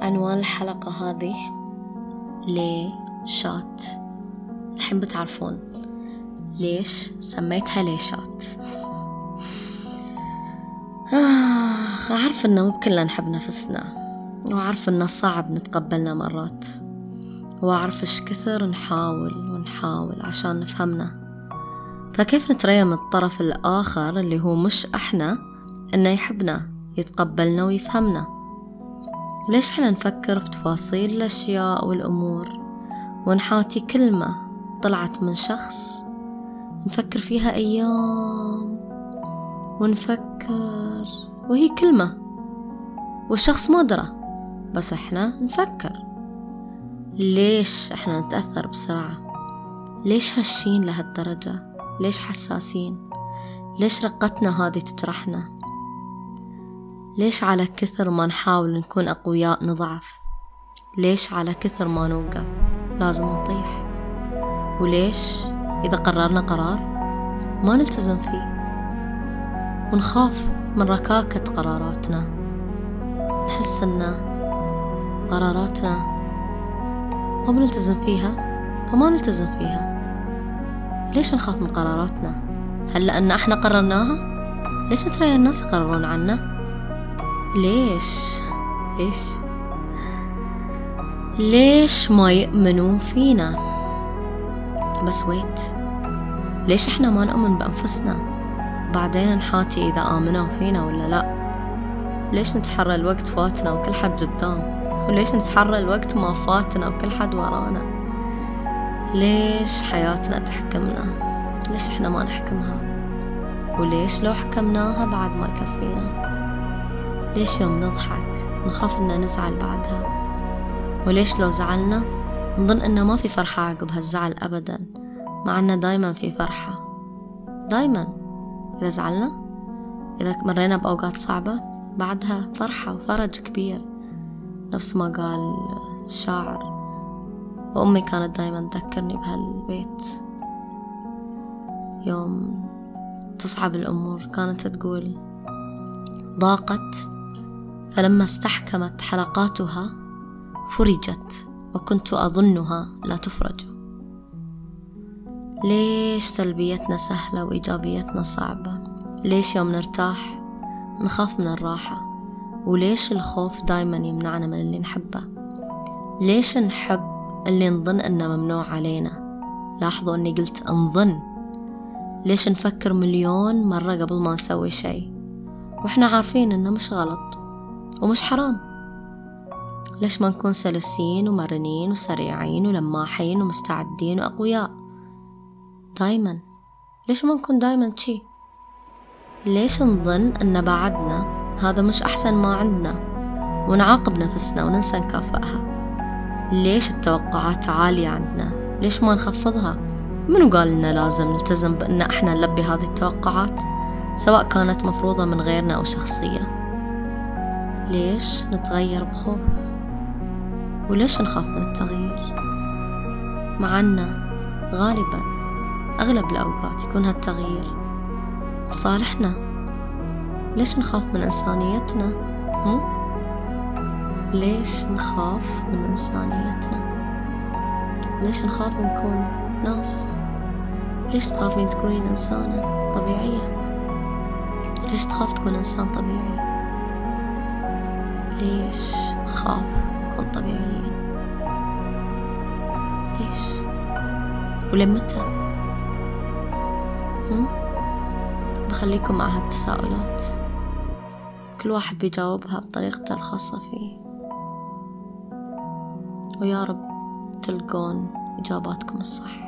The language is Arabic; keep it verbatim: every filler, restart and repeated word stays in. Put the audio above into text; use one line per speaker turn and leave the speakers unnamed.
عنوان الحلقة هذه ليشات. الحين بتعرفون ليش سميتها ليشات. آه أعرف إنه مو بكلنا نحب نفسنا، وأعرف إنه صعب نتقبلنا مرات، وأعرف إيش كثر نحاول ونحاول عشان نفهمنا. فكيف نتريا من الطرف الآخر اللي هو مش إحنا إنه يحبنا، يتقبلنا ويفهمنا؟ وليش إحنا نفكر في تفاصيل الأشياء والأمور، ونحاتي كلمة طلعت من شخص نفكر فيها أيام، ونفكر وهي كلمة والشخص ما درى، بس إحنا نفكر. ليش إحنا نتأثر بسرعة؟ ليش هشين لهالدرجة؟ ليش حساسين؟ ليش رقتنا هذه تجرحنا؟ ليش على كثر ما نحاول نكون أقوياء نضعف؟ ليش على كثر ما نوقف لازم نطيح؟ وليش إذا قررنا قرار ما نلتزم فيه، ونخاف من ركاكة قراراتنا، نحس أن قراراتنا ما بنلتزم فيها فما نلتزم فيها؟ ليش نخاف من قراراتنا؟ هل لأن احنا قررناها؟ ليش ترى الناس يقررون عنا؟ ليش ليش ليش ما يؤمنون فينا؟ بس ويت، ليش احنا ما نؤمن بأنفسنا وبعدين نحاتي إذا آمنوا فينا ولا لا؟ ليش نتحرى الوقت فاتنا وكل حد قدام؟ وليش نتحرى الوقت ما فاتنا وكل حد ورانا؟ ليش حياتنا تحكمنا؟ ليش احنا ما نحكمها؟ وليش لو حكمناها بعد ما يكفينا؟ ليش يوم نضحك نخاف إن نزعل بعدها؟ وليش لو زعلنا نظن إنه ما في فرحة عقب هالزعل أبدا، مع إنه دايما في فرحة؟ دايما إذا زعلنا، إذا مرينا بأوقات صعبة، بعدها فرحة وفرج كبير، نفس ما قال الشاعر. وأمي كانت دايما تذكرني بهالبيت يوم تصعب الأمور، كانت تقول: ضاقت فلما استحكمت حلقاتها فرجت وكنت أظنها لا تفرج. ليش سلبيتنا سهلة وإيجابيتنا صعبة؟ ليش يوم نرتاح نخاف من الراحة؟ وليش الخوف دايما يمنعنا من اللي نحبه؟ ليش نحب اللي نظن أنه ممنوع علينا؟ لاحظوا أني قلت نظن. ليش نفكر مليون مرة قبل ما نسوي شيء وإحنا عارفين أنه مش غلط ومش حرام؟ ليش ما نكون سلسين ومرنين وسريعين ولماحين ومستعدين وأقوياء دايما؟ ليش ما نكون دايما شي؟ ليش نظن أن بعدنا هذا مش أحسن ما عندنا ونعاقب نفسنا وننسى نكافئها؟ ليش التوقعات عالية عندنا؟ ليش ما نخفضها؟ منو قال لنا لازم نلتزم بأن احنا نلبي هذه التوقعات سواء كانت مفروضة من غيرنا أو شخصية؟ ليش نتغير بخوف؟ وليش نخاف من التغيير مع أنه غالبا أغلب الأوقات يكون هالتغيير لصالحنا؟ ليش نخاف من إنسانيتنا؟ هم؟ ليش نخاف من إنسانيتنا؟ ليش نخاف نكون ناس؟ ليش تخافين تكونين إنسانة طبيعية؟ ليش تخاف تكون إنسان طبيعي؟ ليش نخاف نكون طبيعيين؟ ليش؟ ولمتى؟ هم؟ بخليكم مع هالتساؤلات، كل واحد بيجاوبها بطريقته الخاصة فيه، ويا رب تلقون إجاباتكم الصح.